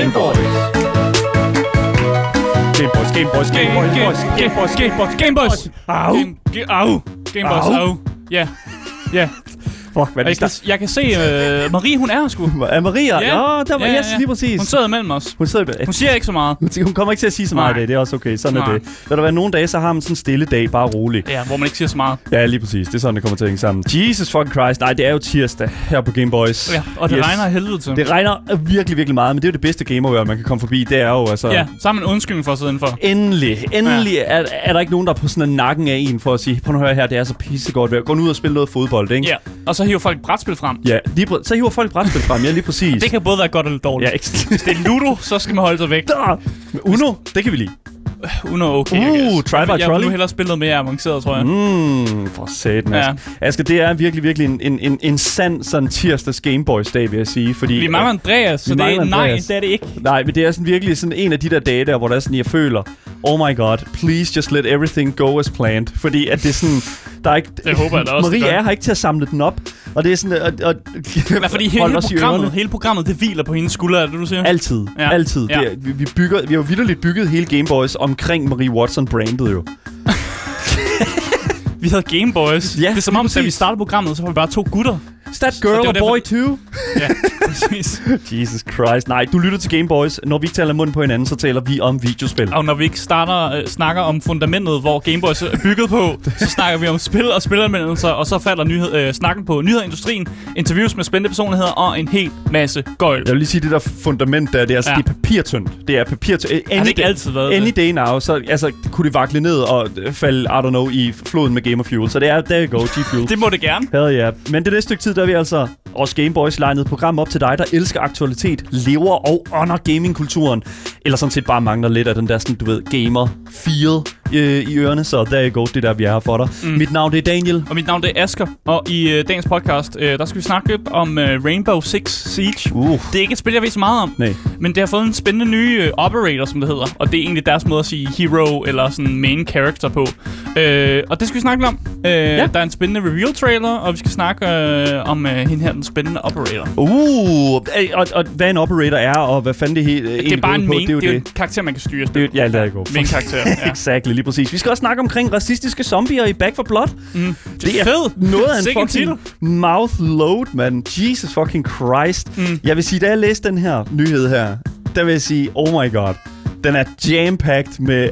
Gameboys. Gameboys. Au. Gameboys, au. Ja. Fuck, hvad er det? Jeg kan se, Marie, hun er her sgu. Er Maria? Ja, der var yes, lige præcis. Hun sidder mellem os. Hun siger ikke så meget. Hun kommer ikke til at sige så meget i dag, det er også okay. Sådan er det. Vil der være nogle dage, så har man sådan en stille dag, bare rolig. Ja, hvor man ikke siger så meget. Ja, lige præcis. Det er sådan, det kommer til at hænge sammen. Jesus fucking Christ. Nej, det er jo tirsdag her på Gameboys. Ja, og det regner af helvede til. Det regner virkelig, virkelig meget, men det er jo det bedste gamervejr, man kan komme forbi. Det er jo altså... Ja, så har man en undskyldning for at sidde indenfor. Endelig er der ikke nogen, der er på sådan en nakken af en for at sige, prøv nu høre her, det er så pissegodt vejr. Gå nu ud og spille noget fodbold, ikke? Ja, og så hiver folk brætspil frem. Ja, så hiver folk brætspil frem, ja, lige præcis. Det kan både være godt eller dårligt. Ja, hvis det er Ludo, så skal man holde sig væk. Uno, det kan vi lide. Uno, okay. Try by Trolley. Jeg vil nu hellere spille noget mere avanceret, tror jeg. For satan, Asger, det er virkelig en sand sådan tirsdags Gameboys-dag, vil jeg sige. Fordi, vi mangler Andreas, så det er det ikke. Nej, men det er sådan virkelig sådan en af de der dage der, hvor der er sådan, jeg føler, oh my god, please just let everything go as planned. Fordi at det er sådan, der er ikke... Det håber jeg da også. Marie er her ikke til at samle den op. Og det er sådan... fordi hele programmet, det hviler på hendes skuldre, er det du siger? Altid. Ja. Vi har jo vitterligt bygget hele Gameboys omkring Marie Watson-brandet jo. Vi havde Gameboys. Ja, det er som om, da vi startede programmet, så var vi bare 2 gutter. Is that girl or boy too? Ja, præcis. Jesus Christ. Nej, du lytter til Gameboys. Når vi ikke taler munden på hinanden, så taler vi om videospil. Og når vi ikke snakker om fundamentet, hvor Gameboys er bygget på, så snakker vi om spil og spilanmeldelser, og så falder snakken på nyhedsindustrien, interviews med spændende personligheder og en hel masse gøjl. Jeg vil lige sige, det der fundament der, det er, altså, det er papirtyndt. Det er papirtyndt. Har det ikke altid været any day now, så altså, kunne det vakle ned og falde, I don't know, i floden med Game of Fuel. Så det er, there you go, G-Fuel. Det må det gerne. Hell yeah. Men det næste stykke tid, der er vi altså også Gameboys legnet program op til dig, der elsker aktualitet, lever og under gamingkulturen. Eller sådan set bare mangler lidt af den der, sådan, du ved, gamer-feel i ørerne. Så there you go, det der, vi er her for dig. Mit navn, det er Daniel. Og mit navn, det er Asger. Og i dagens podcast, der skal vi snakke lidt om Rainbow Six Siege. Det er ikke et spil, jeg ved så meget om. Nej. Men det har fået en spændende nye operator, som det hedder. Og det er egentlig deres måde at sige hero eller sådan main character på. Og det skal vi snakke om. Der er en spændende reveal-trailer, og vi skal snakke om hende her, den spændende operator. Og hvad en operator er, og hvad fanden det er bare en main, det er jo en karakter, man kan styre. Ja, lad det gå. Main karakter, ja. Exactly, lige præcis. Vi skal også snakke omkring racistiske zombier i Back 4 Blood. Det er fedt. Noget af en fucking mouth load, man. Jesus fucking Christ. Jeg vil sige, da jeg læste den her nyhed her, der vil jeg sige, oh my god. Den er jam-packed med,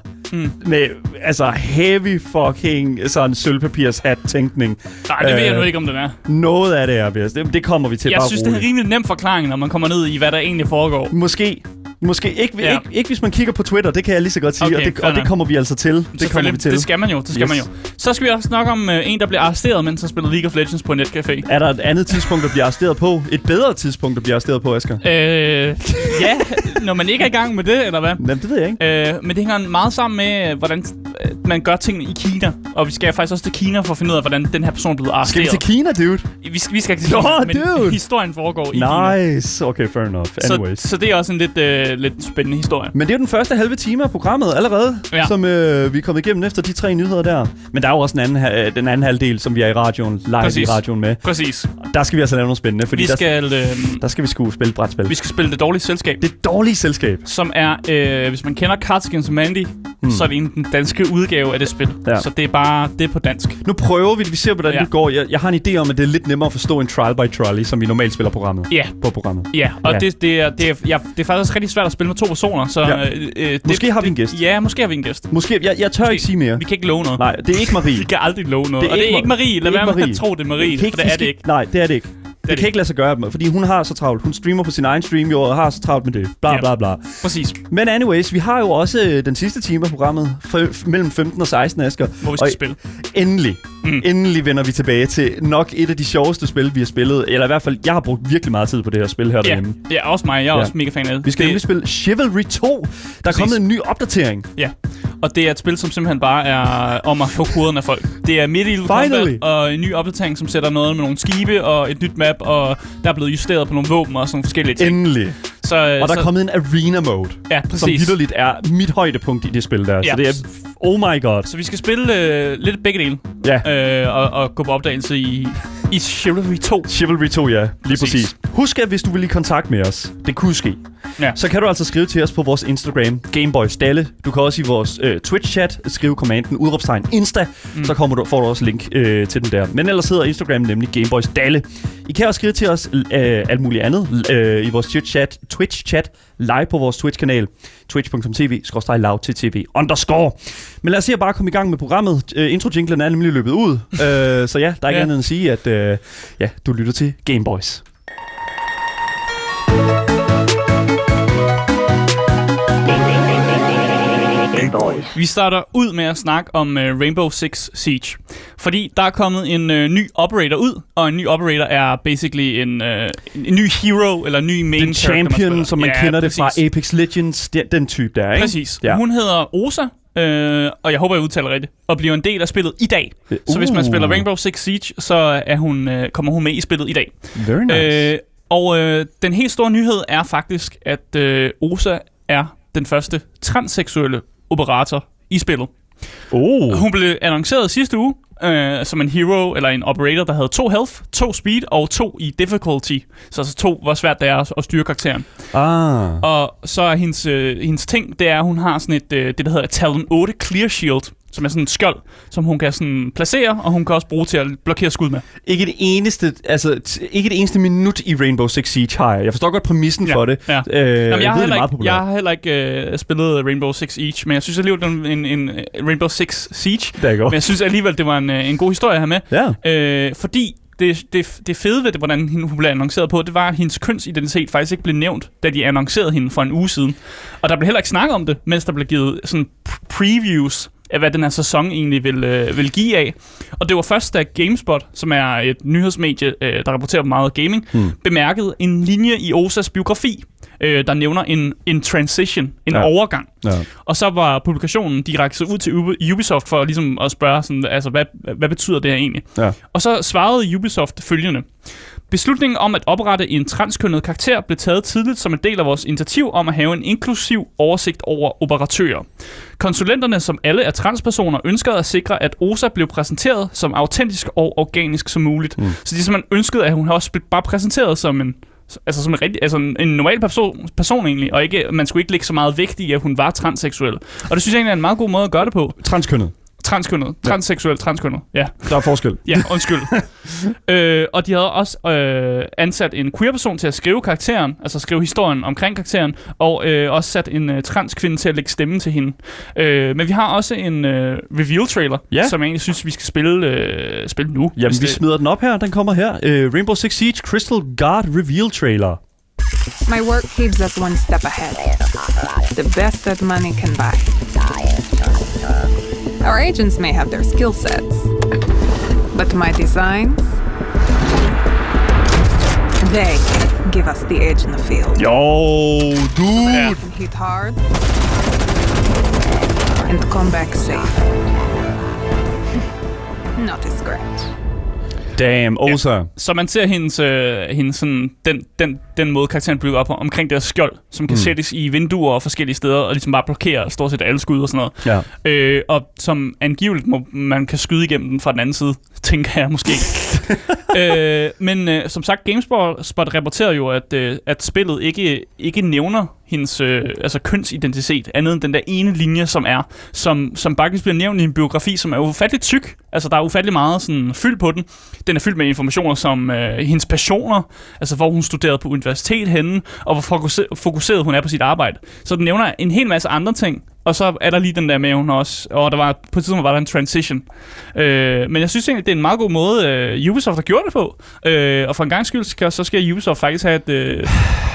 med heavy fucking sådan sølvpapirs-hat-tænkning. Nej, det ved jeg nu ikke, om den er. Noget af det er, det kommer vi til bare roligt. Jeg synes, det er en rimelig nem forklaring, når man kommer ned i, hvad der egentlig foregår. Måske ikke hvis man kigger på Twitter, det kan jeg lige så godt sige, okay, og det kommer vi altså til. Det skal man jo, Så skal vi også snakke om en, der bliver arresteret, mens han spiller League of Legends på Netcafé. Er der et andet tidspunkt, der bliver arresteret på? Et bedre tidspunkt, der bliver arresteret på, Asger? Ja, når man ikke er i gang med det, eller hvad? Jamen, det ved jeg ikke. Men det hænger meget sammen med, hvordan man gør tingene i Kina. Og vi skal faktisk også til Kina for at finde ud af, hvordan den her person er blevet arresteret. Skal vi til Kina, dude? Vi skal ikke til Kina, men historien foregår i Kina. Nice. Okay, fair enough. Anyways. Så det er også en lidt spændende historie. Men det er jo den første halve time af programmet allerede, som vi er kommet igennem efter de 3 nyheder der. Men der er jo også den anden halvdel, som vi er i radioen, live i radioen med. Præcis. Der skal vi altså lave noget spændende, fordi der skal vi sgu spille brætspil. Vi skal spille Det Dårlige Selskab. Det Dårlige Selskab. Som er, hvis man kender Cards Against Humanity, så er det den danske udgave af det spil. Ja. Så det er bare det på dansk. Nu prøver vi ser, hvordan det går. Jeg har en idé om, at det er lidt nemmere at forstå en trial by trolley, som vi normalt spiller på programmet. Ja, og det er faktisk rigtig svært at spille med 2 personer, så måske har vi en gæst. Ja, måske har vi en gæst. Måske, jeg tør ikke sige mere. Vi kan ikke love noget. Nej, det er ikke Marie. Vi kan aldrig love noget. Og det er ikke Marie. Lad være med at tro, det er Marie, for det er det ikke. Nej, det er det ikke. Det kan ikke lade sig gøre, fordi hun har så travlt. Hun streamer på sin egen stream jo, og har så travlt med det. Bla, bla, bla. Præcis. Men anyways, vi har jo også den sidste time af programmet, mellem 15 og 16, Asger. Hvor vi skal spille. Endelig vender vi tilbage til nok et af de sjoveste spil, vi har spillet. Eller i hvert fald, jeg har brugt virkelig meget tid på det her spil her derhjemme. Ja, også mig. Jeg er også mega fan af det. Vi skal nemlig spille Chivalry 2. Der er kommet en ny opdatering. Ja. Og det er et spil, som simpelthen bare er om at få koderne af folk. Det er Medieval Combat og en ny opdatering, som sætter noget med nogle skibe og et nyt map, og der er blevet justeret på nogle våben og sådan forskellige ting. Endelig. Og der er kommet en arena mode, som vitterligt er mit højdepunkt i det spil der. Ja. Så det er, oh my god. Så vi skal spille lidt begge dele, og gå på opdagelse i I Chivalry 2. Chivalry 2, ja. Lige præcis. Husk, at hvis du vil i kontakt med os, det kunne ske, så kan du altså skrive til os på vores Instagram, Gameboys Dalle. Du kan også i vores Twitch-chat skrive kommanden udråbstegn Insta, så får du også link til den der. Men ellers hedder Instagram nemlig Gameboys Dalle. I kan også skrive til os alt muligt andet i vores Twitch-chat live på vores Twitch-kanal, twitch.tv/lavttv_. Men lad os bare komme i gang med programmet. Intro-jinglen er nemlig løbet ud, så ja, der er ikke andet end at sige, at du lytter til Gameboys. Vi starter ud med at snakke om Rainbow Six Siege, fordi der er kommet en ny operator ud, og en ny operator er basically en ny hero eller en ny main den champion, som man kender præcis. Det fra Apex Legends, den type der, ikke? Præcis. Ja. Hun hedder Osa, og jeg håber, jeg udtaler rigtigt, og bliver en del af spillet i dag. Så hvis man spiller Rainbow Six Siege, så kommer hun med i spillet i dag. Very nice. Den helt store nyhed er faktisk, at Osa er den første transseksuelle operator i spillet. Hun blev annonceret sidste uge som en hero eller en operator, der havde 2 health, 2 speed og 2 i difficulty. Så altså 2, hvor svært det er at styre karakteren. Og så er hendes ting, det er, at hun har sådan et, det der hedder Talon 8 Clear Shield, som er sådan et skjold, som hun kan sådan placere, og hun kan også bruge til at blokere skud med. Ikke et eneste minut i Rainbow Six Siege har jeg. Jeg forstår godt præmissen for det. Ja. Jeg har heller ikke spillet Rainbow Six Siege, men jeg synes alligevel, det var en Rainbow Six Siege. Men jeg synes alligevel, det var en god historie at have med. Fordi det fede ved det, hvordan hun blev annonceret på, det var, at hendes kønsidentitet faktisk ikke blev nævnt, da de annoncerede hende for en uge siden. Og der blev heller ikke snakket om det, mens der blev givet sådan previews af, hvad den her sæson egentlig vil give af. Og det var først, da GameSpot, som er et nyhedsmedie, der rapporterer på meget gaming, bemærkede en linje i Osas biografi, der nævner en transition, en overgang. Ja. Og så var publikationen direkte ud til Ubisoft for ligesom at spørge, sådan, altså, hvad betyder det her egentlig? Ja. Og så svarede Ubisoft følgende. Beslutningen om at oprette en transkønnet karakter blev taget tidligt som en del af vores initiativ om at have en inklusiv oversigt over operatører. Konsulenterne, som alle er transpersoner, ønskede at sikre, at Osa blev præsenteret som autentisk og organisk som muligt. Så de simpelthen ønskede, at hun også blev bare præsenteret som en normal person egentlig, og ikke, man skulle ikke lægge så meget vægt i, at hun var transseksuel. Og det synes jeg egentlig er en meget god måde at gøre det på. Transkønnet. Transseksuel, transkønnet. Ja. Der er forskel. Ja, undskyld. Og de havde også ansat en queer-person til at skrive karakteren, altså skrive historien omkring karakteren, og også sat en transkvinde til at lægge stemme til hende. Men vi har også en reveal-trailer, som jeg egentlig synes, vi skal spille nu. Jamen, vi smider den op her. Den kommer her. Rainbow Six Siege Crystal Guard reveal-trailer. My work keeps us one step ahead. The best that money can buy. Our agents may have their skill sets, but my designs, they give us the edge in the field. Yo, dude! You can hit hard and come back safe. Not a scratch. Damn, Osa. Ja. Så man ser hendes sådan, den måde, karakteren bliver op på, omkring deres skjold, som kan sættes i vinduer og forskellige steder, og ligesom bare blokere stort set alle skud og sådan noget. Ja. Og som angiveligt man kan skyde igennem den fra den anden side, tænker jeg måske. Men som sagt, GameSpot rapporterer jo, at spillet ikke nævner hendes kønsidentitet, andet end den der ene linje, som faktisk bliver nævnt i en biografi, som er ufatteligt tyk. Altså, der er ufattelig meget sådan fyld på den. Den er fyldt med informationer som hendes passioner, altså hvor hun studerede på universitet henne, og hvor fokuseret hun er på sit arbejde. Så den nævner en hel masse andre ting, og så er der lige den der med, hun også, og på et tidspunkt var der en transition. Men jeg synes egentlig, det er en meget god måde, Ubisoft har gjort det på. Og for en gang skyld, så skal Ubisoft faktisk have et...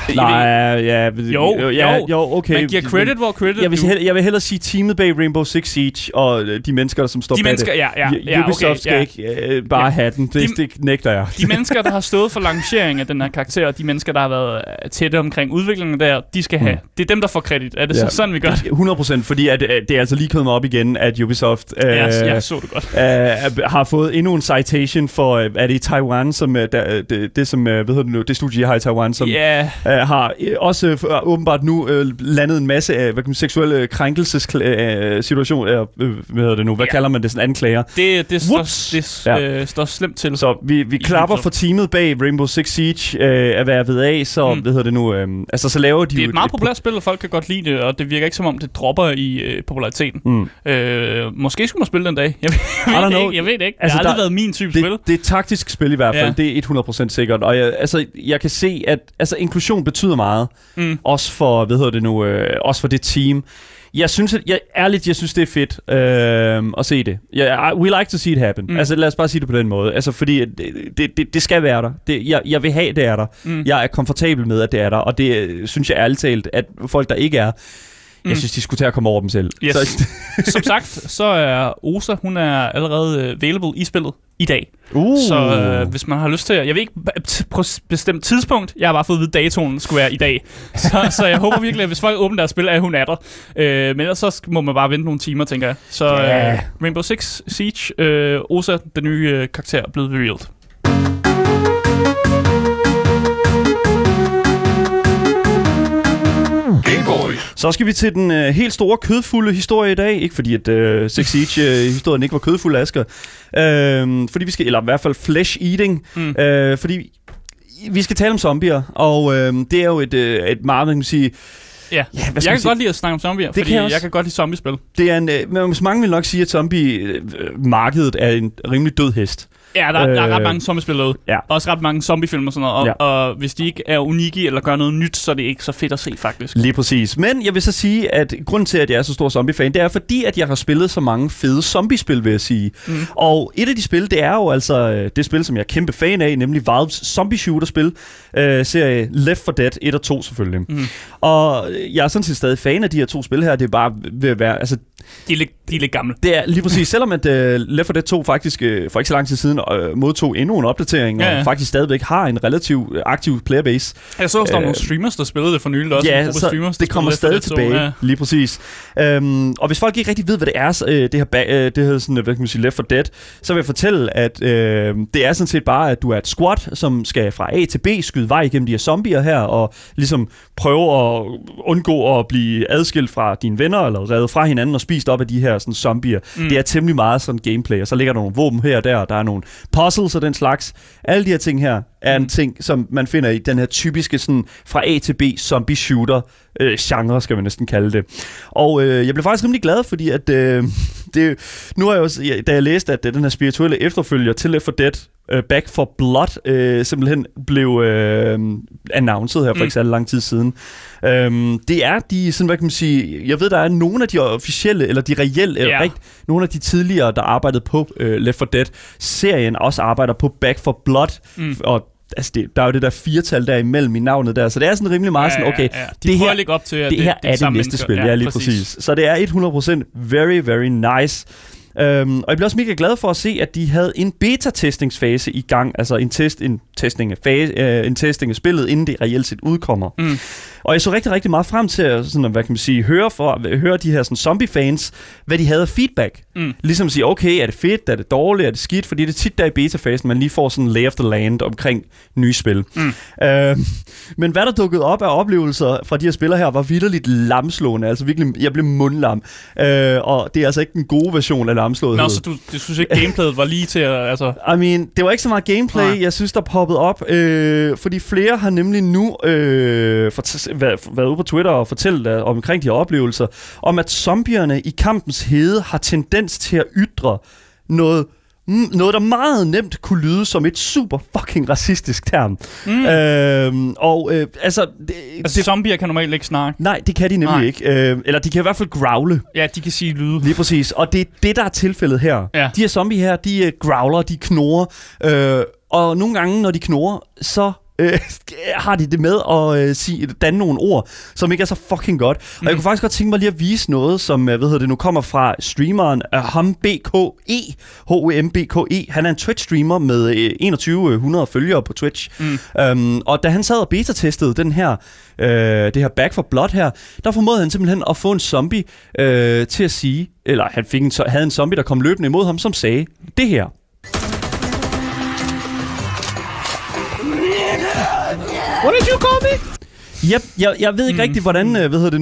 Jo, okay. Man giver credit, hvor credit... Jeg vil hellere sige teamet bag Rainbow Six Siege, og de mennesker, som står bag det. Ubisoft skal ikke bare have den. Det nægter jeg. De mennesker, der har stået for lancering af den her karakter, og de mennesker, der har været tætte omkring udviklingen der, de skal have. Det er dem, der får kredit. Er det sådan, vi gør det? 100%. men fordi at, det er altså lige kommet op igen, at Ubisoft jeg så det godt. Har fået endnu en citation for, er det i Taiwan, som det som, hvad hedder det nu, det studie, jeg har i Taiwan, som har også åbenbart nu landet en masse af, hvad kan man, seksuelle krænkelsessituation, hvad hedder det nu, hvad kalder man det, sådan anklager. Det står slemt til. Så vi klapper for teamet bag Rainbow Six Siege at være ved af, så hvad hedder det nu, altså så laver de det er et meget populært spil, og folk kan godt lide det, og det virker ikke som om det dropper i populariteten. Måske skulle man spille den dag. Jeg ved det ikke. Altså, det har aldrig været min type spil. Det er et taktisk spil i hvert fald. Det er 100% sikkert. Og jeg kan se, at inklusion betyder meget. Også for, hvad hedder det nu, også for det team. Jeg synes, det er fedt at se det. We like to see it happen. Altså, lad os bare sige det på den måde. Altså, fordi det skal være der. Jeg vil have, det er der. Jeg er komfortabel med, at det er der. Og det synes jeg ærligt talt, at folk, der ikke er, jeg synes, de skulle til at komme over dem selv. Yes. Som sagt, så er Osa, hun er allerede available i spillet i dag. Så hvis man har lyst til, jeg ved ikke på et bestemt tidspunkt, jeg har bare fået at vide, at datoen skulle være i dag. Så jeg håber virkelig, at hvis folk åbner deres spil, at hun er der. Men ellers så må man bare vente nogle timer, tænker jeg. Så Rainbow Six Siege, Osa, den nye karakter, er blevet revealed. Så skal vi til den helt store kødfulde historie i dag. Ikke fordi at Six Siege-historien ikke var kødfuld, Asger. Fordi vi skal, eller i hvert fald flesh eating. Fordi vi skal tale om zombier, og det er jo et meget, man kan sige... Ja, jeg kan godt lide at snakke om zombier, fordi jeg kan godt lide zombiespil. Det er mange vil nok sige, at zombie-markedet er en rimelig død hest. Ja, der er ret mange zombiespil derude. Ja. Også ret mange zombiefilm og sådan noget. Og hvis de ikke er unikke eller gør noget nyt, så er det ikke så fedt at se, faktisk. Lige præcis. Men jeg vil så sige, at grunden til, at jeg er så stor zombie-fan, det er fordi, at jeg har spillet så mange fede zombiespil, vil jeg sige. Og et af de spil, det er jo altså det spil, som jeg er kæmpe fan af, nemlig Valves zombie shooter-spil. Serie Left 4 Dead 1 og 2 selvfølgelig. Og jeg er sådan set stadig fan af de her to spil her. Det er bare ved at være... Altså, de er lidt gamle. Det er lige præcis. Selvom at Left 4 Dead 2 faktisk for ikke så lang tid siden modtog endnu en opdatering, og faktisk stadigvæk har en relativt aktiv playerbase. Jeg så også, der nogle streamers, der spillede det for nylig også. Ja, så streamers, det kommer stadig tilbage. Lige præcis. Og hvis folk ikke rigtig ved, hvad det er, det her sådan, hvad kan man sige, Left 4 Dead, så vil jeg fortælle, at det er sådan set bare, at du er et squad, som skal fra A til B skyde vej igennem de her zombier her, og ligesom prøve at undgå at blive adskilt fra dine venner, eller reddet fra hinanden og spist op af de her sådan, zombier. Det er temmelig meget sådan gameplay, og så ligger der nogle våben her og der er nogle puzzles og den slags. Alle de her ting her er en ting, som man finder i den her typiske sådan, fra A til B zombie shooter genre, skal man næsten kalde det. Og jeg blev faktisk rimelig glad, fordi at nu har jeg også, da jeg læste, at den her spirituelle efterfølger til Left 4 Dead, Back 4 Blood, simpelthen blev announced her for ikke så lang tid siden. Det er de, sådan hvad kan man sige, jeg ved, der er nogle af de officielle, eller de reelle, nogle af de tidligere, der arbejdede på Left 4 Dead-serien, også arbejder på Back 4 Blood, og altså der er jo det der 4-tal der imellem i navnet der, så det er sådan rimelig meget sådan, okay, det her ligge op til, at det her er det næste spil, lige præcis. Så det er 100% very, very nice. Og jeg blev også mega glad for at se, at de havde en beta-testingsfase i gang, altså en testing af spillet, inden det reelt set udkommer. Og jeg så rigtig, rigtig meget frem til sådan, hvad kan man sige, høre de her sådan, zombie-fans, hvad de havde af feedback. Ligesom at sige, okay, er det fedt, er det dårligt, er det skidt, fordi det er tit der i beta-fasen, man lige får sådan en lay of the land omkring nye spil. Men hvad der dukkede op af oplevelser fra de her spillere her, var vitterligt lamslående, altså virkelig, jeg blev mundlam. Og det er altså ikke den gode version af lamslåethed. Nå, så du synes ikke, gameplayet var lige til at... Altså... I mean, det var ikke så meget gameplay, jeg synes, der poppede op, fordi flere har nemlig nu været ude på Twitter og fortælle omkring de her oplevelser, om at zombierne i kampens hede har tendens til at ytre noget, der meget nemt kunne lyde som et super fucking racistisk term. Zombier kan normalt ikke snakke. Nej, det kan de nemlig ikke. Eller de kan i hvert fald growle. Ja, de kan sige lyde. Lige præcis. Og det er det, der er tilfældet her. Ja. De her zombier her, de growler, de knurrer. Og nogle gange, når de knurrer, så har de det med at danne nogle ord, som ikke er så fucking godt. Og jeg kunne faktisk godt tænke mig lige at vise noget, som nu kommer fra streameren HUMBKE. HUMBKE. Han er en Twitch-streamer med 2100 følgere på Twitch. Og da han sad og beta-testede det her Back 4 Blood her, der formåede han simpelthen at få en zombie til at sige, eller han havde en zombie, der kom løbende imod ham, som sagde det her. What did you call me? Yep, jeg ved ikke rigtig, hvordan,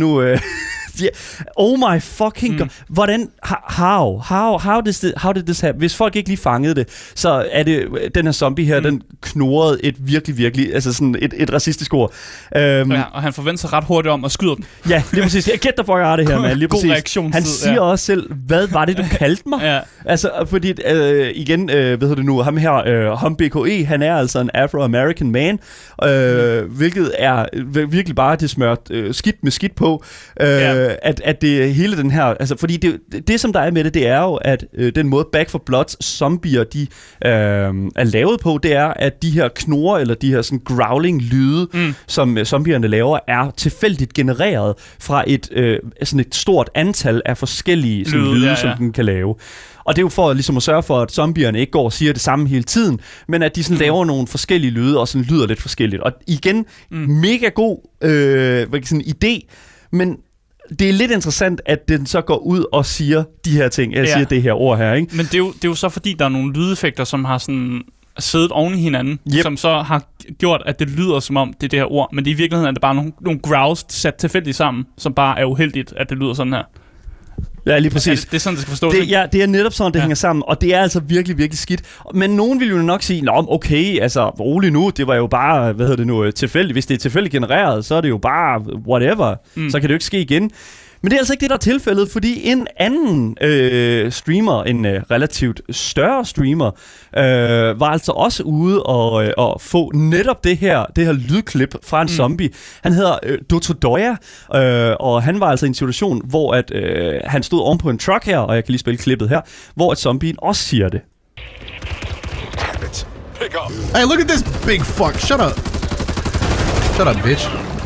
oh my fucking god. Hvordan, how did this happen? Hvis folk ikke lige fangede det, så er det, den her zombie her, den knurrede et virkelig, altså sådan et racistisk ord. Ja, og han forventer sig ret hurtigt om at skyde den. Ja, lige præcis. Jeg gætter for, jeg det her, man. Lige præcis. God reaktionstid. Han siger også selv, hvad var det, du kaldte mig? Ja. Altså, fordi, igen, ham her, HUMBKE, han er altså en Afro-American man, hvilket er virkelig bare det smørt skidt med skidt på, at det hele den her, altså fordi det som der er med det er jo, at den måde Back 4 Bloods zombier, de er lavet på, det er, at de her knurrer, eller de her sådan growling-lyde, som zombierne laver, er tilfældigt genereret fra sådan et stort antal af forskellige lyde, som den kan lave. Og det er jo for ligesom at sørge for, at zombierne ikke går og siger det samme hele tiden, men at de sådan laver nogle forskellige lyde, og sådan lyder lidt forskelligt. Og igen, mega god sådan idé, men det er lidt interessant, at den så går ud og siger de her ting, siger det her ord her, ikke? Men det er jo så fordi, der er nogle lydeffekter, som har sådan siddet oven i hinanden, som så har gjort, at det lyder som om, det er det her ord, men i virkeligheden er det bare nogle growls sat tilfældigt sammen, som bare er uheldigt, at det lyder sådan her. Ja, lige præcis. Det er sådan, det skal forstås. Det er netop sådan, det hænger sammen, og det er altså virkelig, virkelig skidt. Men nogen vil jo nok sige, nå, okay, altså rolig nu, det var jo bare, tilfældigt. Hvis det er tilfældigt genereret, så er det jo bare whatever. Så kan det jo ikke ske igen. Men det er altså ikke det, der er tilfældet, fordi en anden streamer, en relativt større streamer, var altså også ude og få netop det her lydklip fra en zombie. Han hedder Dotodoya, og han var altså i en situation, hvor at, han stod oven på en truck her, og jeg kan lige spille klippet her, hvor at zombien også siger det. Hey, look at this big fuck. Shut up, bitch.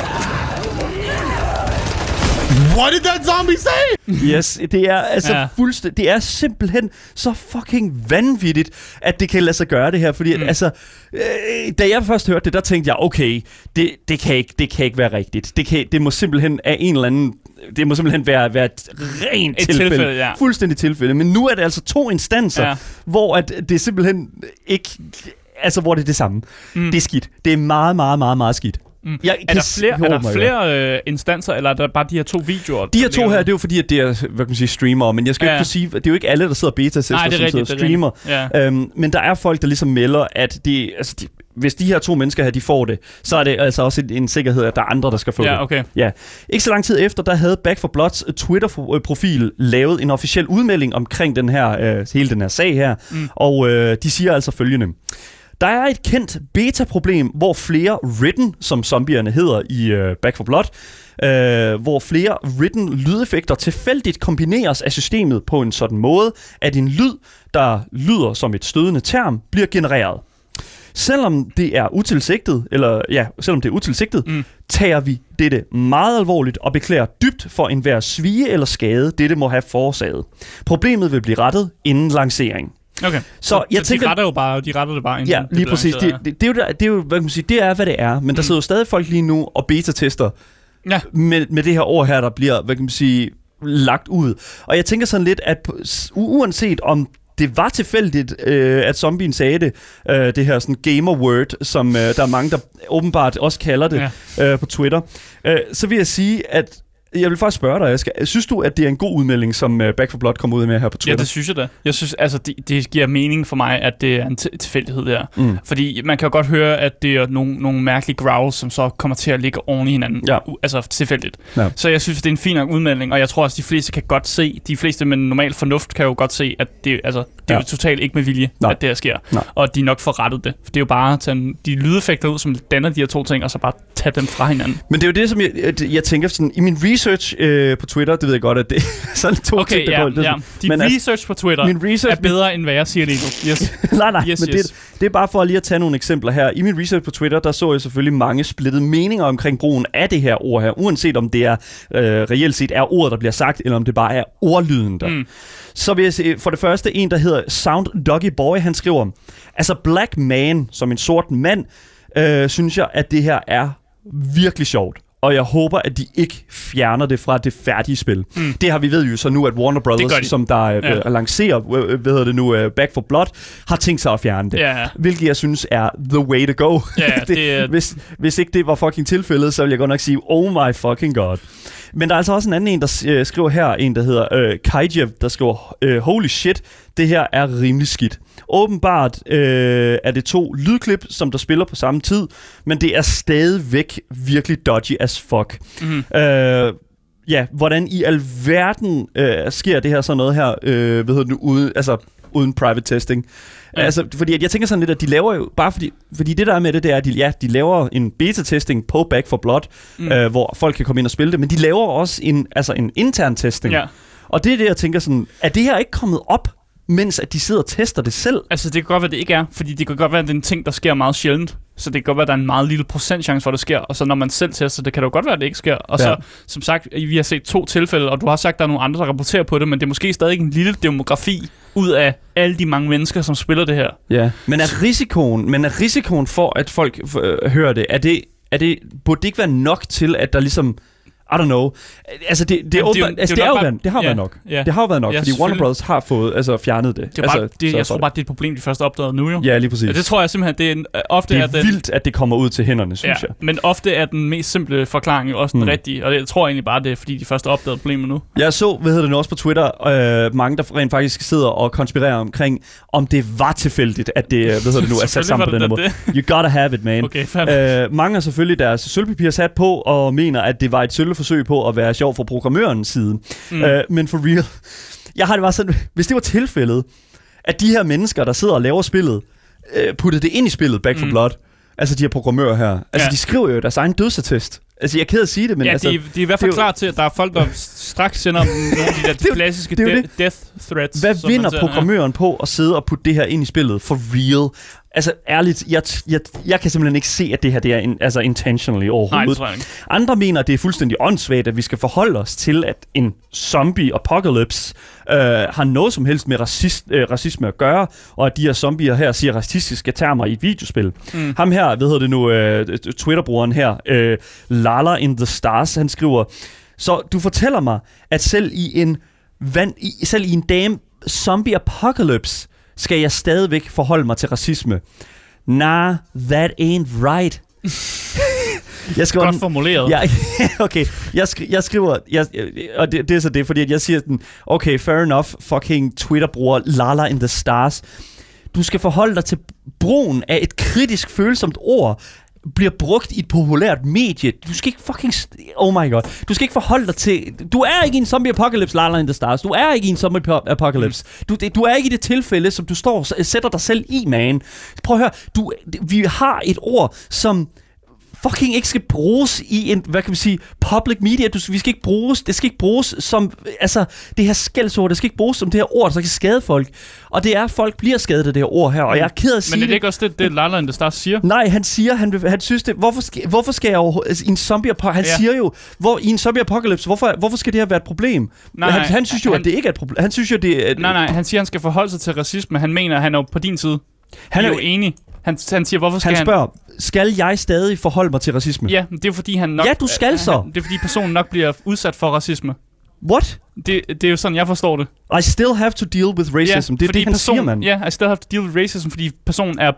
What did that zombie say? Yes, det er altså fuldstændig, det er simpelthen så fucking vanvittigt, at det kan lade sig gøre det her, fordi at, altså, da jeg først hørte det, der tænkte jeg, okay, det kan ikke være rigtigt. Det må simpelthen af en eller anden, det må simpelthen være et rent tilfælde. Fuldstændig tilfælde. Men nu er det altså 2 instanser, hvor at det simpelthen ikke, altså hvor det er det samme. Det er skidt. Det er meget, meget, meget, meget skidt. Er der flere instanser, eller er der bare de her 2 videoer? De her 2 her, det er jo fordi, at det er, hvad kan man sige, streamere, men jeg skal ikke kunne sige, det er jo ikke alle, der sidder beta-tester, som sidder streamer. Men der er folk, der ligesom melder, at hvis de her 2 mennesker her, de får det, så er det altså også en sikkerhed, at der er andre, der skal få det. Okay. Ja. Ikke så lang tid efter, der havde Back 4 Bloods Twitter-profil lavet en officiel udmelding omkring hele den her sag her, og de siger altså følgende. Der er et kendt beta-problem, hvor flere written, som zombierne hedder i Back 4 Blood, hvor flere written lydeffekter tilfældigt kombineres af systemet på en sådan måde, at en lyd, der lyder som et stødende term, bliver genereret. Selvom det er utilsigtet, tager vi dette meget alvorligt og beklager dybt for enhver svie eller skade, dette må have forårsaget. Problemet vil blive rettet inden lancering. Okay. Så jeg tænker, de retter det bare inden. Ja, lige præcis. Det er jo, hvad kan man sige, det er, hvad det er. Men der sidder jo stadig folk lige nu og beta-tester med det her ord her, der bliver, hvad kan man sige, lagt ud. Og jeg tænker sådan lidt, at uanset om det var tilfældigt, at zombien sagde det her sådan gamer-word, som der er mange, der åbenbart også kalder det på Twitter, så vil jeg sige, at jeg vil faktisk spørge dig, Asger. Synes du, at det er en god udmelding, som Back 4 Blood kom ud med her på Twitter? Ja, det synes jeg da. Jeg synes, altså, det giver mening for mig, at det er en tilfældighed der. Fordi man kan jo godt høre, at det er nogle mærkelige growls, som så kommer til at ligge oven i hinanden. Ja. Altså tilfældigt. Ja. Så jeg synes, det er en fin udmelding, og jeg tror også, de fleste kan godt se, de fleste med normal fornuft kan jo godt se, at det er jo totalt ikke med vilje, at det her sker. Og de nok får rettet det. For det er jo bare at tage de lydeffekter ud, som danner de her 2 ting, og så bare tage dem fra hinanden. Men det er jo det, som jeg tænker sådan, i min research research på Twitter, det ved jeg godt, at det er sådan to ting, der går. Din research på Twitter er bedre, end hvad jeg siger lige nu. Yes. nej, yes, men det er bare for lige at tage nogle eksempler her. I min research på Twitter, der så jeg selvfølgelig mange splittede meninger omkring brugen af det her ord her, uanset om det er reelt set er ordet, der bliver sagt, eller om det bare er ordlyden der. Så vil jeg se, for det første en, der hedder Sound Doggy Boy, han skriver, altså black man, som en sort mand, synes jeg, at det her er virkelig sjovt. Og jeg håber, at de ikke fjerner det fra det færdige spil. Det har vi ved jo så nu, at Warner Brothers, som der lancerer, Back 4 Blood, har tænkt sig at fjerne det. Yeah. Hvilket jeg synes er the way to go. Yeah, hvis ikke det var fucking tilfældet, så vil jeg godt nok sige, oh my fucking god. Men der er altså også en anden en, der skriver her, en der hedder Kaijev, der skriver, holy shit, det her er rimelig skidt. Åbenbart er det 2 lydklip, som der spiller på samme tid, men det er stadigvæk virkelig dodgy as fuck. Hvordan i alverden sker det her sådan noget her, uden private testing? Altså, fordi at jeg tænker sådan lidt, at de laver jo, bare fordi det der er med det, er, at de laver en beta-testing på Back 4 Blood, hvor folk kan komme ind og spille det, men de laver også en intern testing. Ja. Og det er det, jeg tænker sådan, er det her ikke kommet op, mens at de sidder og tester det selv? Altså, det kan godt være, det ikke er, fordi det kan godt være, at det er en ting, der sker meget sjældent. Så det kan godt være, at der er en meget lille procentchance for, at det sker. Og så når man selv tester det, kan det jo godt være, at det ikke sker. Og så, som sagt, vi har set 2 tilfælde, og du har sagt, at der er nogle andre, der rapporterer på det, men det er måske stadig en lille demografi ud af alle de mange mennesker, som spiller det her. Ja, men er risikoen for, at folk hører det, burde det ikke være nok til, at der ligesom... I don't know. Altså, det har været nok. Det har jo været nok, fordi Warner Bros. Har fået fjernet det. Jeg tror bare, det er et problem, de først opdagede nu jo. Ja, lige præcis. Det tror jeg simpelthen, det er vildt, at det kommer ud til hænderne, synes jeg. Men ofte er den mest simple forklaring jo også den rigtige, og jeg tror egentlig bare, det er, fordi de først opdagede problemet nu. Jeg så, også på Twitter, mange, der rent faktisk sidder og konspirerer omkring, om det var tilfældigt, at det, er sat sammen på den måde. You gotta have it, man. Okay, mange har selvfølgelig deres sølvpapir sat på, og mener, at det var et forsøg på at være sjov fra programmørens side. Men for real, jeg har det bare sådan, hvis det var tilfældet, at de her mennesker, der sidder og laver spillet, puttede det ind i spillet Back 4 Blood, altså de her programmører her, de skriver jo deres egen dødsattest. Altså, jeg er ked af at sige det, men de er i hvert fald klar til, at der er folk, der straks sender nogle af de klassiske death threats. Hvad vinder programmøren på at sidde og putte det her ind i spillet? For real. Altså, ærligt, jeg kan simpelthen ikke se, at det her det er intentionally overhovedet. Nej, tror jeg ikke. Andre mener, at det er fuldstændig åndssvagt, at vi skal forholde os til, at en zombie-apocalypse har noget som helst med racisme at gøre, og at de her zombier her siger racistiske termer i et videospil. Ham her, Twitter-brugeren her, Lala in the Stars, han skriver, så du fortæller mig, at selv i en damn zombie-apocalypse, skal jeg stadigvæk forholde mig til racisme. Nah, that ain't right. Jeg skriver godt formuleret. Ja, okay. Jeg skriver, og det er så det, fordi at jeg siger sådan, okay, fair enough, fucking Twitter-bruger Lala in the Stars. Du skal forholde dig til brugen af et kritisk følsomt ord, bliver brugt i et populært medie. Du skal ikke fucking... Oh my god. Du skal ikke forholde dig til... Du er ikke i en zombie-apocalypse, Lala in the Stars. Du er ikke i en zombie-apocalypse. Du er ikke i det tilfælde, som du sætter dig selv i, man. Prøv at høre. Vi har et ord, som fucking ikke skal bruges i en, hvad kan vi sige, public media. Det skal ikke bruges som, altså, det her skældsord, det skal ikke bruges som det her ord, der kan skade folk. Og det er, folk bliver skadet af det her ord her, og jeg er ked af at sige Men er det ikke også det Lala in the Stars siger? Nej, han siger, han synes det, hvorfor skal jeg overhovedet, i en zombie-apocalypse, han siger jo, i en zombie-apocalypse, hvorfor skal det her være et problem? Han synes jo, at det ikke er et problem. Han synes jo, det er... Nej, han siger, han skal forholde sig til racisme. Han mener, han er jo på din side. Han er jo enig. Han siger, hvorfor skal han spørger, skal jeg stadig forholde mig til racisme? Ja, det er fordi han nok... Ja, du skal så. Det er fordi personen nok bliver udsat for racisme. What? Det er jo sådan, jeg forstår det. I still have to deal with racism. Ja, det er det, han siger, man. Ja, I still have to deal with racism, fordi personen er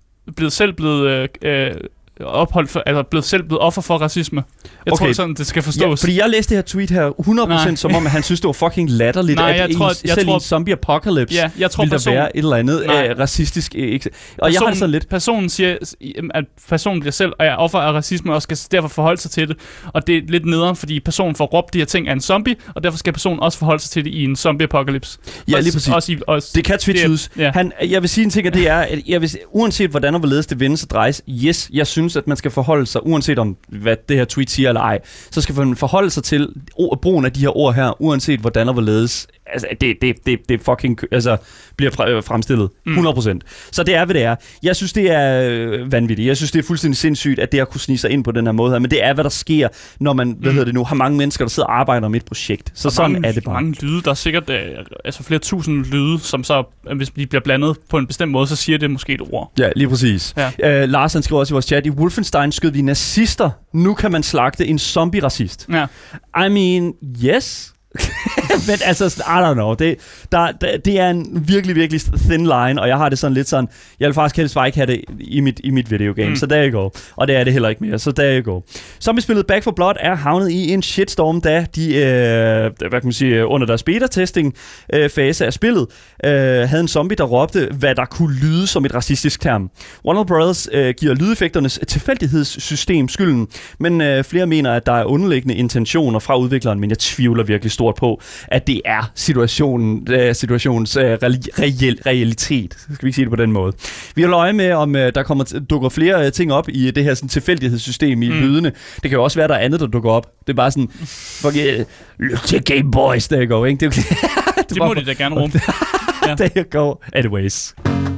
blevet offer for racisme. Jeg tror sådan, det skal forstås. Ja, fordi jeg læste det her tweet her 100% som om, at han synes, det var fucking latterligt, at selv i en zombie-apocalypse ville der være et eller andet racistisk... Og jeg har det sådan lidt... Personen siger, at personen bliver selv offer af racisme, og skal derfor forholde sig til det. Og det er lidt nederen, fordi personen får råbt de her ting af en zombie, og derfor skal personen også forholde sig til det i en zombie-apocalypse. Ja, lige præcis. Det kan twitches. Jeg vil sige en ting, og det er, at uanset hvordan og hvorledes det vendes og drejes, yes, jeg synes, synes, at man skal forholde sig, uanset om hvad det her tweet siger eller ej, så skal man forholde sig til brugen af de her ord her, uanset hvordan og hvorledes. Altså, det fucking bliver fremstillet 100%. Så det er, hvad det er. Jeg synes, det er vanvittigt. Jeg synes, det er fuldstændig sindssygt, at det har kunne snige sig ind på den her måde her. Men det er, hvad der sker, når man, har mange mennesker, der sidder og arbejder om et projekt. Så sådan mange, er det bare. Mange lyde. Der er sikkert flere tusind lyde, som så, hvis de bliver blandet på en bestemt måde, så siger det måske et ord. Ja, lige præcis. Ja. Lars, han skriver også i vores chat, i Wolfenstein skød vi nazister. Nu kan man slagte en zombie-racist. Ja. I mean, yes. Men altså, I don't know. Det er en virkelig, virkelig thin line, og jeg har det sådan lidt sådan, jeg vil faktisk helst bare ikke have det i mit videogame, så there you go. Og det er det heller ikke mere, så there you go. Zombie-spillet Back 4 Blood er havnet i en shitstorm, da de, hvad kan man sige, under deres beta-testing fase af spillet, havde en zombie, der råbte, hvad der kunne lyde som et racistisk term. Warner Brothers giver lydeffekternes tilfældighedssystem skylden, men flere mener, at der er underliggende intentioner fra udvikleren, men jeg tvivler virkelig stort på, at det er situationens realitet. Skal vi ikke sige det på den måde. Vi har øje med, om der dukker flere ting op i det her sådan, tilfældighedssystem i lydene. Det kan jo også være, der er andet, der dukker op. Det er bare sådan, look til Game Boys, der går, ikke? Det må de da gerne rumme. Ja. There you go. Anyways.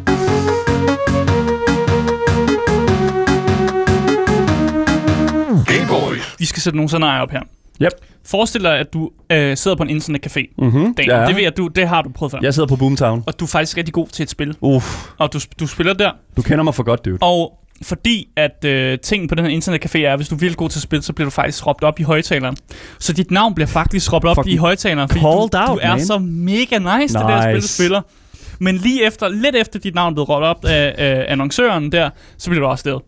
Game Boys. Vi skal sætte nogle scenarier op her. Yep. Forestil dig, at du sidder på en internetcafé. Ja. Det ved jeg, det har du prøvet før. Jeg sidder på Boomtown. Og du er faktisk rigtig god til et spil. Og du spiller der. Du kender mig for godt, dude. Og fordi at tingen på den her internetcafé er, at hvis du er virkelig god til at spille, så bliver du faktisk råbt op i højtaleren. Så dit navn bliver faktisk råbt op i højtaleren, fordi du er så mega nice til det her spil, du spiller. Men lidt efter dit navn er blevet råbt op af annoncøren der, så bliver du arresteret.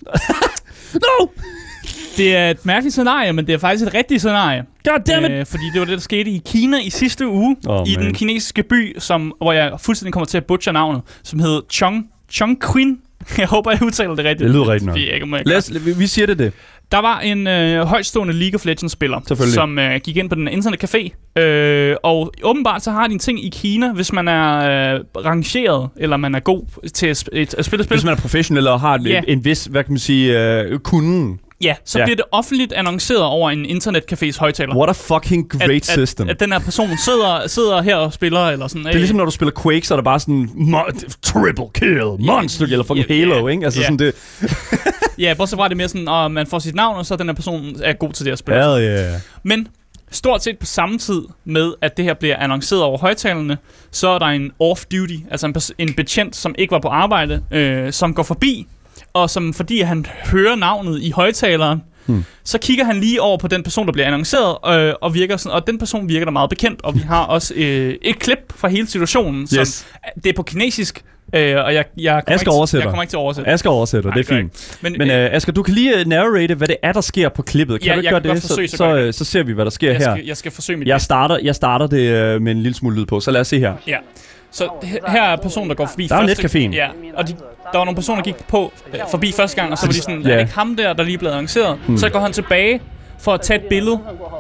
No! Det er et mærkeligt scenarie, men det er faktisk et rigtigt scenarie. Goddammit! Fordi det var det, der skete i Kina i sidste uge, den kinesiske by, hvor jeg fuldstændig kommer til at butcher navnet, som hed Chongqing. Jeg håber, jeg udtaler det rigtigt. Det lyder rigtigt nok. Vi siger det. Der var en højtstående League of Legends-spiller, som gik ind på den internetcafé. Og åbenbart så har de en ting i Kina, hvis man er rangeret, eller man er god til at spille spil. Hvis man er professionel og har en vis, hvad kan man sige, kunden. Ja, så bliver det offentligt annonceret over en internetcafés højtaler. What a fucking great system. At den her person sidder her og spiller, eller sådan. Det er ligesom, når du spiller Quake, så er der bare sådan, triple kill, monster, eller fucking Halo, ikke? Altså sådan det. Ja, bortset fra det mere sådan, at man får sit navn, og så den her person er god til det at spille. Yeah. Men stort set på samme tid med, at det her bliver annonceret over højtalerne, så er der en off-duty, altså en betjent, som ikke var på arbejde, som går forbi, og som fordi han hører navnet i højtaleren, så kigger han lige over på den person, der bliver annonceret, og virker sådan, og den person virker der meget bekendt, og vi har også et klip fra hele situationen, som det er på kinesisk, og jeg kommer ikke til at oversætte. Asger oversætter, det er fint. Men Asger, du kan lige narrate, hvad det er, der sker på klippet. Kan du ikke gøre det? Så ser vi, hvad der sker her. Jeg skal forsøge mit Jeg starter det med en lille smule lyd på, så lad os se her. Ja. Så her er personen, der går forbi. Der er netcaféen. Ja, og der var nogle personer, der gik forbi første gang, og så var de sådan, er det ikke ham der lige blevet annonceret? Så går han tilbage for at tage et billede,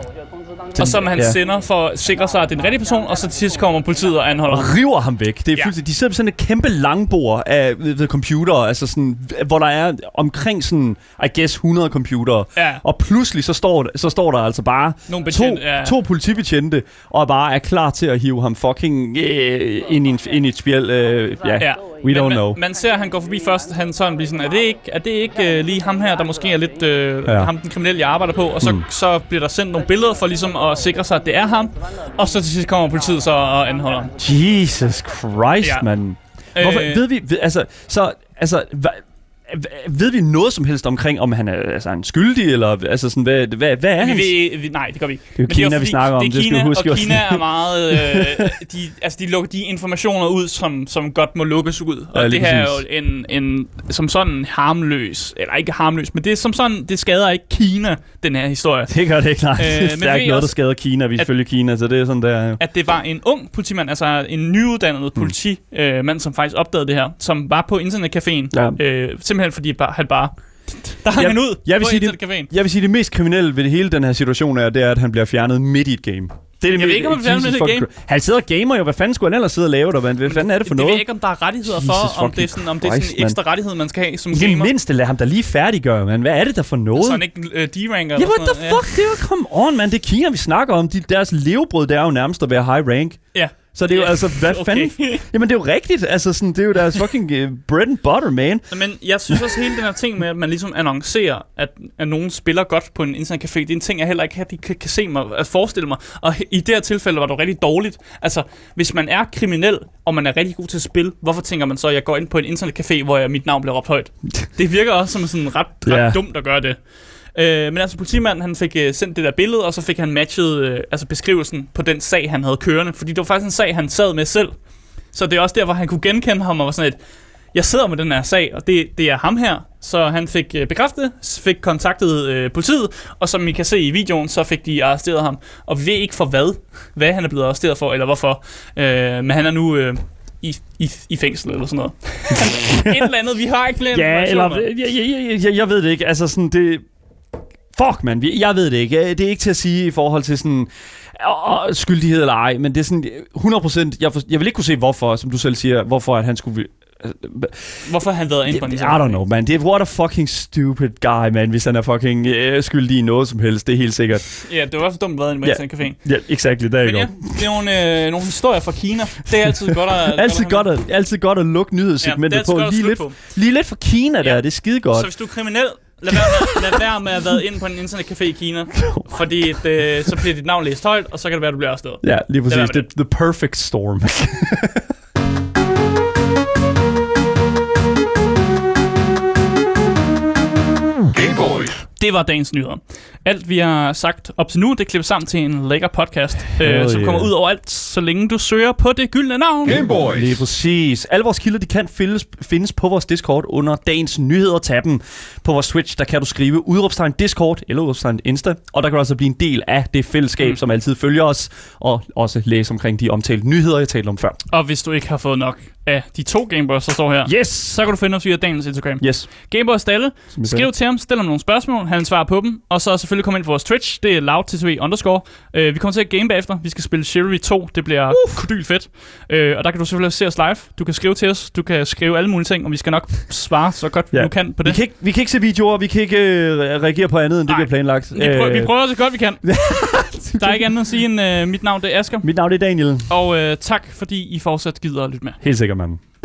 og som han sender for at sikre sig, at det er den rigtige person, og så til sidst kommer politiet og anholder ham. Og river ham væk. Det er de sidder på sådan et kæmpe langbord af computer, altså sådan, hvor der er omkring sådan, I guess 100 computere. Ja. Og pludselig så står der altså bare to politibetjente, og bare er klar til at hive ham fucking ind i et spjæld. We don't know. Man ser, at han går forbi først, han sådan bliver sådan, er det ikke lige ham her, der måske er lidt ham den kriminelle, jeg arbejder på, og så bliver der sendt nogle billeder for ligesom at sikre sig, at det er ham, og så til sidst kommer politiet så og anholder ham. Jesus Christ, mand. Hvorfor ved vi, ved vi noget som helst omkring, om han er en skyldig, eller altså sådan, hvad er han? Nej, det gør vi ikke. Det er jo Kina, vi snakker om, det skal vi huske. Og Kina er meget, de lukker de informationer ud, som godt må lukkes ud. Og det her er jo en som sådan harmløs, eller ikke harmløs, men det er som sådan, det skader ikke Kina, den her historie. Det gør det ikke, nej. Det er ikke noget, der skader Kina, vi følger Kina, så det er sådan der. At det var en ung politimand, altså en nyuddannet politimand, som faktisk opdagede det her, som var på internetcaféen, simpelthen fordi han bare Der hang han ud på internetcaféen. Jeg vil sige, det mest kriminelle ved det hele den her situation er, det er, at han bliver fjernet midt i et game. Det er jeg ved ikke, om han fjernet midt i et game. Han sidder og gamer jo. Hvad fanden skulle han ellers sidde og lave der? Hvad fanden er det for noget? Jeg ved ikke, om der er rettigheder for, om det er sådan en ekstra rettighed, man skal have som gamer. I det mindste lad ham da lige færdiggøre, man. Hvad er det der for noget? Så han ikke D-ranker. Ja, what the fuck? Det er jo, come on, man. Det er Kina, vi snakker om. Deres levebrød, det er jo nærmest at være high rank. Ja. Så det er jo altså, hvad fanden? Jamen det er jo rigtigt, altså sådan, det er jo deres fucking bread and butter, man. Men jeg synes også hele den her ting med, at man ligesom annoncerer, at nogen spiller godt på en internetcafé, det er en ting, jeg heller ikke kan se mig, at forestille mig. Og i det her tilfælde var det rigtig dårligt. Altså, hvis man er kriminel, og man er rigtig god til at spille, hvorfor tænker man så, at jeg går ind på en internetcafé, hvor mit navn bliver råbt højt? Det virker også som sådan ret dumt at gøre det. Men altså politimanden, han fik sendt det der billede, og så fik han matchet beskrivelsen på den sag, han havde kørende. Fordi det var faktisk en sag, han sad med selv. Så det er også der, hvor han kunne genkende ham og var sådan et, jeg sidder med den her sag, og det er ham her. Så han fik bekræftet, fik kontaktet politiet, og som I kan se i videoen, så fik de arresteret ham. Og vi ved ikke for hvad han er blevet arresteret for, eller hvorfor. Men han er nu i fængsel eller sådan noget. Et eller andet, vi har ikke flere informationer. Jeg ved det ikke, altså sådan det... Fuck, man. Jeg ved det ikke. Det er ikke til at sige i forhold til sådan skyldighed eller ej, men det er sådan 100%. Jeg vil ikke kunne se hvorfor, som du selv siger, hvorfor at han skulle... Hvorfor har han været inde på en I don't know, man. Det er what a fucking stupid guy, man, hvis han er fucking skyldig i noget som helst. Det er helt sikkert. Ja, det var for dumt at være inde på internetcaféen. Ja, exactly. Der men ja, det er nogle historier fra Kina. Det er altid godt at... altid godt at lukke nyhedssegmentet på. Lige lidt fra Kina der. Det er skide godt. Så hvis du er kriminel, lad være med at være inde på en internetcafé i Kina, fordi så bliver dit navn læst højt, og så kan det være, at du bliver arresteret. Ja, lige præcis. Det the perfect storm. Det var dagens nyheder. Alt vi har sagt op til nu, det klipper sammen til en lækker podcast, som kommer ud overalt, så længe du søger på det gyldne navn. Gameboys. Lige præcis. Alle vores kilder, de kan findes på vores Discord under dagens nyheder. Tabben på vores Twitch, der kan du skrive udråbstegn Discord eller udråbstegn Insta, og der kan du altså blive en del af det fællesskab, som altid følger os, og også læse omkring de omtalte nyheder, jeg talte om før. Og hvis du ikke har fået nok af de 2 Gameboys, der står her, yes, så kan du finde os via dagens Instagram. Yes. Gameboys Dalle, skriv til ham, stil ham nogle spørgsmål, han svarer på dem, og så selvfølgelig komme ind på vores Twitch, det er loudttv_. Vi kommer til at game bagefter, vi skal spille Chivalry 2, det bliver kodyl fedt. Og der kan du selvfølgelig se os live, du kan skrive til os, du kan skrive alle mulige ting, og vi skal nok svare så godt vi kan på det. Vi kan ikke se videoer, vi kan ikke reagere på andet, end det vi har planlagt. Vi prøver så godt vi kan. Der er ikke andet at sige end mit navn det er Asger. Mit navn det er Daniel. Og tak fordi I fortsat gider at lytte med. Helt sikkert, mand.